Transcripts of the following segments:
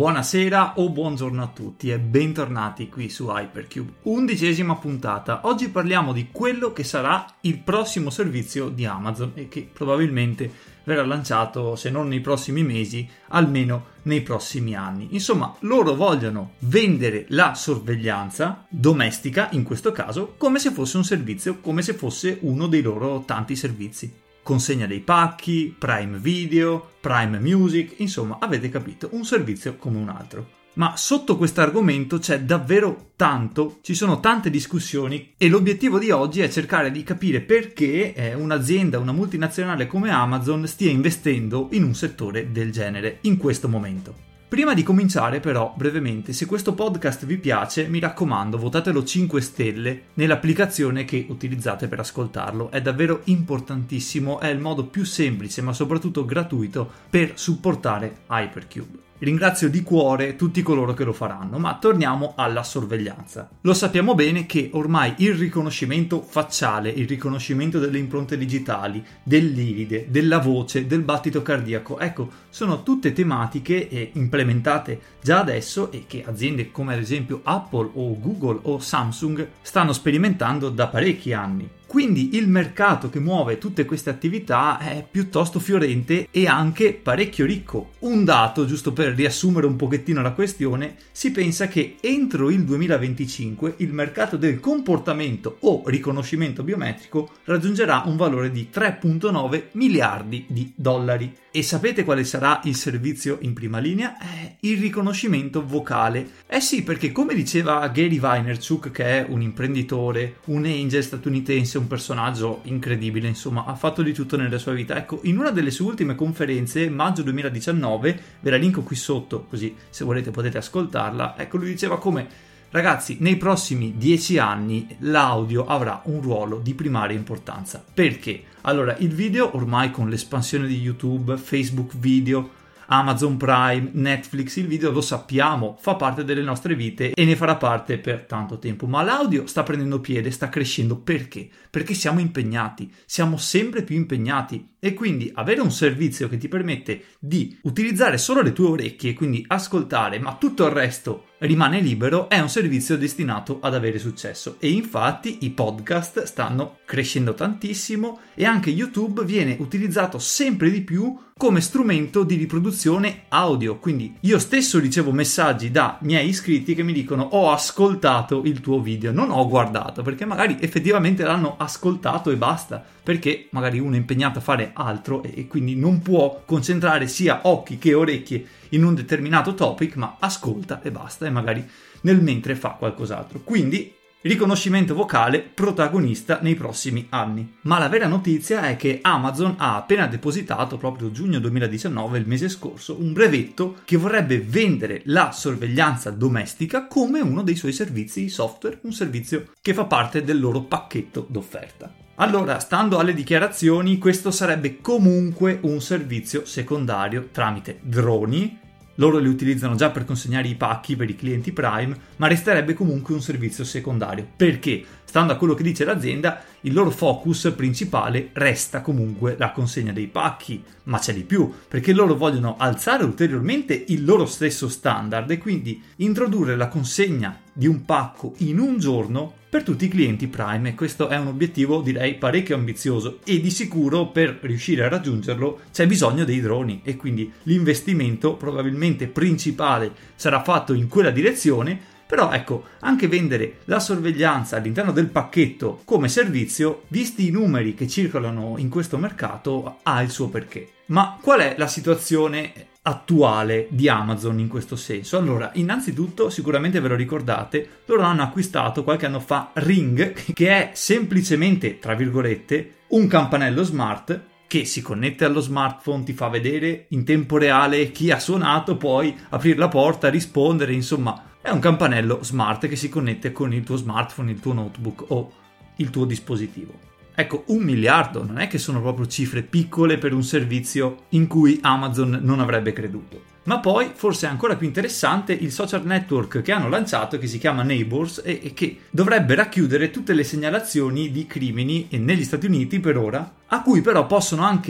Buonasera o buongiorno a tutti e bentornati qui su Hypercube, 11ª puntata. Oggi parliamo di quello che sarà il prossimo servizio di Amazon e che probabilmente verrà lanciato, se non nei prossimi mesi, almeno nei prossimi anni. Insomma, loro vogliono vendere la sorveglianza domestica, in questo caso, come se fosse un servizio, come se fosse uno dei loro tanti servizi. Consegna dei pacchi, Prime Video, Prime Music, insomma, avete capito, un servizio come un altro. Ma sotto questo argomento c'è davvero tanto, ci sono tante discussioni e l'obiettivo di oggi è cercare di capire perché un'azienda, una multinazionale come Amazon stia investendo in un settore del genere in questo momento. Prima di cominciare però, brevemente, se questo podcast vi piace, mi raccomando, votatelo 5 stelle nell'applicazione che utilizzate per ascoltarlo. È davvero importantissimo, è il modo più semplice ma soprattutto gratuito per supportare Hypercube. Ringrazio di cuore tutti coloro che lo faranno, ma torniamo alla sorveglianza. Lo sappiamo bene che ormai il riconoscimento facciale, il riconoscimento delle impronte digitali, dell'iride, della voce, del battito cardiaco, ecco, sono tutte tematiche implementate già adesso e che aziende come ad esempio Apple o Google o Samsung stanno sperimentando da parecchi anni. Quindi il mercato che muove tutte queste attività è piuttosto fiorente e anche parecchio ricco. Un dato, giusto per riassumere un pochettino la questione, si pensa che entro il 2025 il mercato del comportamento o riconoscimento biometrico raggiungerà un valore di 3,9 miliardi di dollari. E sapete quale sarà il servizio in prima linea? Il riconoscimento vocale. Sì, perché come diceva Gary Vaynerchuk, che è un imprenditore, un angel statunitense, un personaggio incredibile, insomma, ha fatto di tutto nella sua vita. Ecco, in una delle sue ultime conferenze, maggio 2019, ve la linko qui sotto, così se volete potete ascoltarla, ecco, lui diceva come... Ragazzi, nei prossimi 10 anni l'audio avrà un ruolo di primaria importanza. Perché? Allora, il video ormai con l'espansione di YouTube, Facebook Video, Amazon Prime, Netflix, il video lo sappiamo, fa parte delle nostre vite e ne farà parte per tanto tempo. Ma l'audio sta prendendo piede, sta crescendo. Perché? Perché siamo impegnati, siamo sempre più impegnati e quindi avere un servizio che ti permette di utilizzare solo le tue orecchie, quindi ascoltare, ma tutto il resto rimane libero, è un servizio destinato ad avere successo. E infatti i podcast stanno crescendo tantissimo e anche YouTube viene utilizzato sempre di più come strumento di riproduzione audio. Quindi io stesso ricevo messaggi da miei iscritti che mi dicono: ho ascoltato il tuo video, non ho guardato, perché magari effettivamente l'hanno ascoltato e basta, perché magari uno è impegnato a fare altro e quindi non può concentrare sia occhi che orecchie in un determinato topic, ma ascolta e basta, e magari nel mentre fa qualcos'altro. Quindi riconoscimento vocale protagonista nei prossimi anni. Ma la vera notizia è che Amazon ha appena depositato, proprio giugno 2019, il mese scorso, un brevetto che vorrebbe vendere la sorveglianza domestica come uno dei suoi servizi software, un servizio che fa parte del loro pacchetto d'offerta. Allora, stando alle dichiarazioni, questo sarebbe comunque un servizio secondario tramite droni. Loro li utilizzano già per consegnare i pacchi per i clienti Prime, ma resterebbe comunque un servizio secondario. Perché? Stando a quello che dice l'azienda, il loro focus principale resta comunque la consegna dei pacchi, ma c'è di più, perché loro vogliono alzare ulteriormente il loro stesso standard e quindi introdurre la consegna di un pacco in un giorno per tutti i clienti Prime, e questo è un obiettivo direi parecchio ambizioso e di sicuro per riuscire a raggiungerlo c'è bisogno dei droni e quindi l'investimento probabilmente principale sarà fatto in quella direzione. Però ecco, anche vendere la sorveglianza all'interno del pacchetto come servizio, visti i numeri che circolano in questo mercato, ha il suo perché. Ma qual è la situazione attuale di Amazon in questo senso? Allora, innanzitutto, sicuramente ve lo ricordate, loro hanno acquistato qualche anno fa Ring, che è semplicemente, tra virgolette, un campanello smart che si connette allo smartphone, ti fa vedere in tempo reale chi ha suonato, poi aprire la porta, rispondere, insomma, è un campanello smart che si connette con il tuo smartphone, il tuo notebook o il tuo dispositivo. Ecco, 1 miliardo non è che sono proprio cifre piccole per un servizio in cui Amazon non avrebbe creduto. Ma poi, forse ancora più interessante, il social network che hanno lanciato, che si chiama Neighbors e che dovrebbe racchiudere tutte le segnalazioni di crimini negli Stati Uniti per ora, a cui però possono anche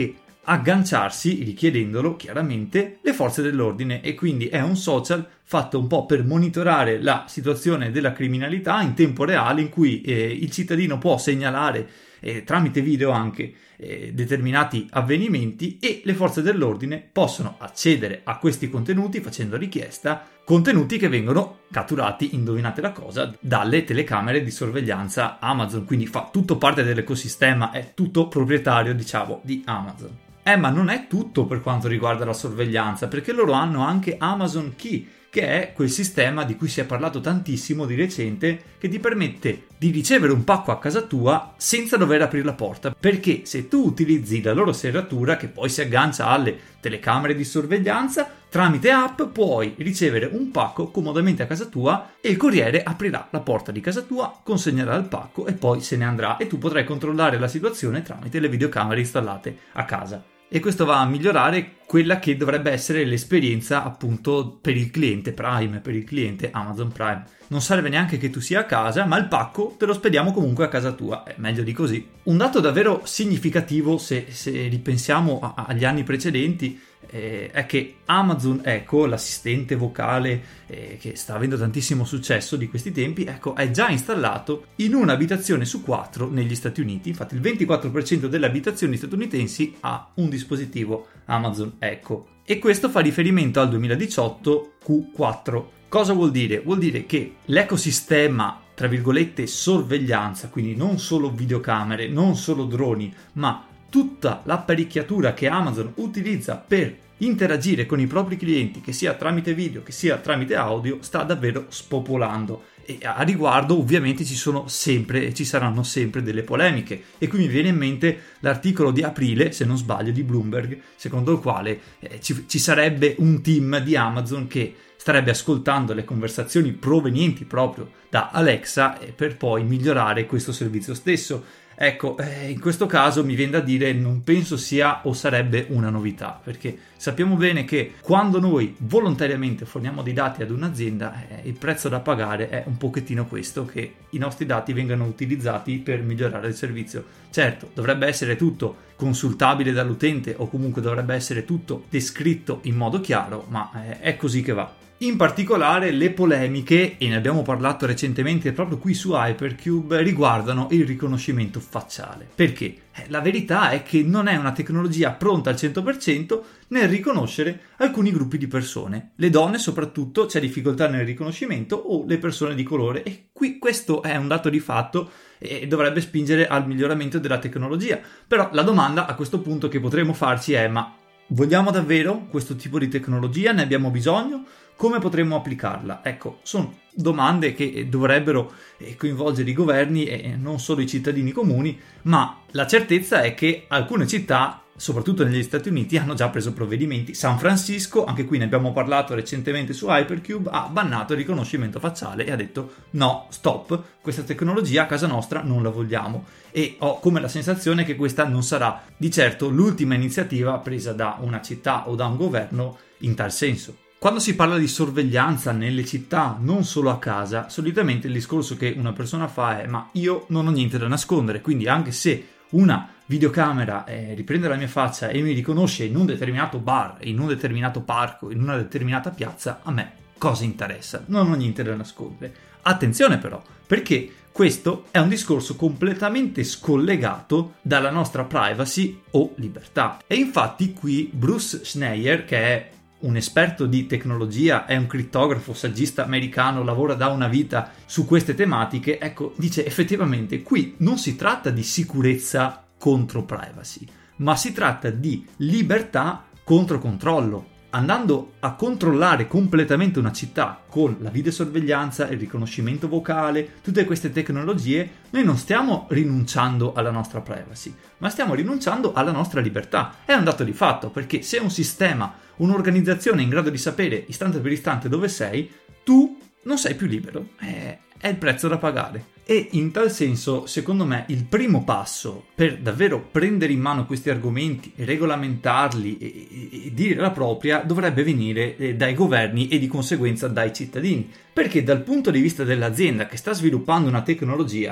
agganciarsi, richiedendolo chiaramente, le forze dell'ordine, e quindi è un social fatto un po' per monitorare la situazione della criminalità in tempo reale, in cui il cittadino può segnalare tramite video anche determinati avvenimenti, e le forze dell'ordine possono accedere a questi contenuti facendo richiesta, contenuti che vengono catturati, indovinate la cosa, dalle telecamere di sorveglianza Amazon. Quindi fa tutto parte dell'ecosistema, è tutto proprietario, diciamo, di Amazon. Ma non è tutto per quanto riguarda la sorveglianza, perché loro hanno anche Amazon Key, che è quel sistema di cui si è parlato tantissimo di recente, che ti permette di ricevere un pacco a casa tua senza dover aprire la porta, perché se tu utilizzi la loro serratura, che poi si aggancia alle telecamere di sorveglianza, tramite app puoi ricevere un pacco comodamente a casa tua, e il corriere aprirà la porta di casa tua, consegnerà il pacco e poi se ne andrà, e tu potrai controllare la situazione tramite le videocamere installate a casa. E questo va a migliorare quella che dovrebbe essere l'esperienza appunto per il cliente Prime, per il cliente Amazon Prime. Non serve neanche che tu sia a casa, ma il pacco te lo spediamo comunque a casa tua, è meglio di così. Un dato davvero significativo, se ripensiamo agli anni precedenti, è che Amazon Echo, l'assistente vocale che sta avendo tantissimo successo di questi tempi, ecco, è già installato in un'abitazione su 4 negli Stati Uniti. Infatti il 24% delle abitazioni statunitensi ha un dispositivo Amazon Echo, e questo fa riferimento al 2018 Q4. Cosa vuol dire? Vuol dire che l'ecosistema, tra virgolette, sorveglianza, quindi non solo videocamere, non solo droni, ma tutta l'apparecchiatura che Amazon utilizza per interagire con i propri clienti, che sia tramite video, che sia tramite audio, sta davvero spopolando. E a riguardo ovviamente ci sono sempre e ci saranno sempre delle polemiche, e qui mi viene in mente l'articolo di aprile, se non sbaglio, di Bloomberg, secondo il quale ci sarebbe un team di Amazon che starebbe ascoltando le conversazioni provenienti proprio da Alexa per poi migliorare questo servizio stesso. Ecco, in questo caso mi viene da dire, non penso sia o sarebbe una novità, perché sappiamo bene che quando noi volontariamente forniamo dei dati ad un'azienda, il prezzo da pagare è un pochettino questo, che i nostri dati vengano utilizzati per migliorare il servizio. Certo, dovrebbe essere tutto consultabile dall'utente, o comunque dovrebbe essere tutto descritto in modo chiaro, ma è così che va. In particolare le polemiche, e ne abbiamo parlato recentemente proprio qui su Hypercube, riguardano il riconoscimento facciale. Perché? La verità è che non è una tecnologia pronta al 100% nel riconoscere alcuni gruppi di persone. Le donne soprattutto, c'è difficoltà nel riconoscimento, o le persone di colore, e qui questo è un dato di fatto e dovrebbe spingere al miglioramento della tecnologia. Però la domanda a questo punto che potremmo farci è: ma vogliamo davvero questo tipo di tecnologia? Ne abbiamo bisogno? Come potremmo applicarla? Ecco, sono domande che dovrebbero coinvolgere i governi e non solo i cittadini comuni, ma la certezza è che alcune città, soprattutto negli Stati Uniti, hanno già preso provvedimenti. San Francisco, anche qui ne abbiamo parlato recentemente su Hypercube, ha bannato il riconoscimento facciale e ha detto no, stop, questa tecnologia a casa nostra non la vogliamo. E ho come la sensazione che questa non sarà di certo l'ultima iniziativa presa da una città o da un governo in tal senso. Quando si parla di sorveglianza nelle città, non solo a casa, solitamente il discorso che una persona fa è: ma io non ho niente da nascondere, quindi anche se una videocamera riprende la mia faccia e mi riconosce in un determinato bar, in un determinato parco, in una determinata piazza, a me cosa interessa? Non ho niente da nascondere. Attenzione però, perché questo è un discorso completamente scollegato dalla nostra privacy o libertà. E infatti qui Bruce Schneier, che è un esperto di tecnologia, è un crittografo, saggista americano, lavora da una vita su queste tematiche, ecco, dice effettivamente qui non si tratta di sicurezza contro privacy, ma si tratta di libertà contro controllo. Andando a controllare completamente una città con la videosorveglianza, il riconoscimento vocale, tutte queste tecnologie, noi non stiamo rinunciando alla nostra privacy, ma stiamo rinunciando alla nostra libertà. È un dato di fatto, perché se un sistema, un'organizzazione è in grado di sapere istante per istante dove sei, tu non sei più libero. È il prezzo da pagare. E in tal senso, secondo me, il primo passo per davvero prendere in mano questi argomenti, regolamentarli e dire la propria, dovrebbe venire dai governi e di conseguenza dai cittadini. Perché dal punto di vista dell'azienda che sta sviluppando una tecnologia,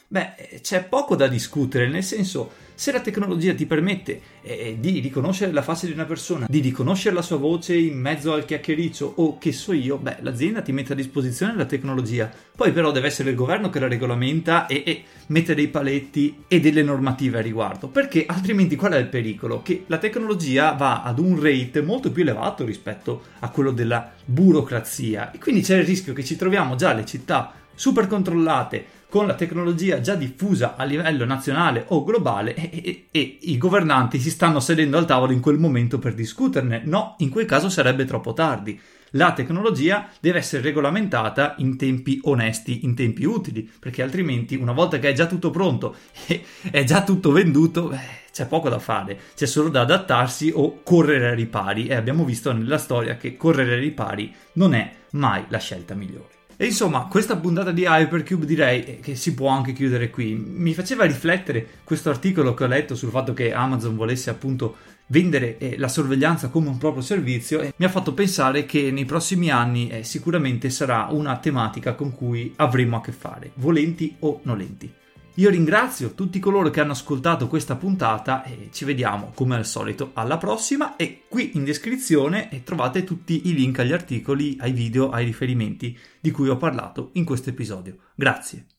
c'è poco da discutere, nel senso, se la tecnologia ti permette di riconoscere la faccia di una persona, di riconoscere la sua voce in mezzo al chiacchiericcio o che so io, l'azienda ti mette a disposizione la tecnologia. Poi però deve essere il governo che la regolamenta e mette dei paletti e delle normative a riguardo, perché altrimenti qual è il pericolo? Che la tecnologia va ad un rate molto più elevato rispetto a quello della burocrazia e quindi c'è il rischio che ci troviamo già le città super controllate, con la tecnologia già diffusa a livello nazionale o globale e i governanti si stanno sedendo al tavolo in quel momento per discuterne. No, in quel caso sarebbe troppo tardi. La tecnologia deve essere regolamentata in tempi onesti, in tempi utili, perché altrimenti una volta che è già tutto pronto e è già tutto venduto, c'è poco da fare, c'è solo da adattarsi o correre ai ripari e abbiamo visto nella storia che correre ai ripari non è mai la scelta migliore. E insomma, questa puntata di Hypercube direi che si può anche chiudere qui. Mi faceva riflettere questo articolo che ho letto sul fatto che Amazon volesse appunto vendere la sorveglianza come un proprio servizio e mi ha fatto pensare che nei prossimi anni sicuramente sarà una tematica con cui avremo a che fare, volenti o nolenti. Io ringrazio tutti coloro che hanno ascoltato questa puntata e ci vediamo come al solito alla prossima e qui in descrizione trovate tutti i link agli articoli, ai video, ai riferimenti di cui ho parlato in questo episodio. Grazie.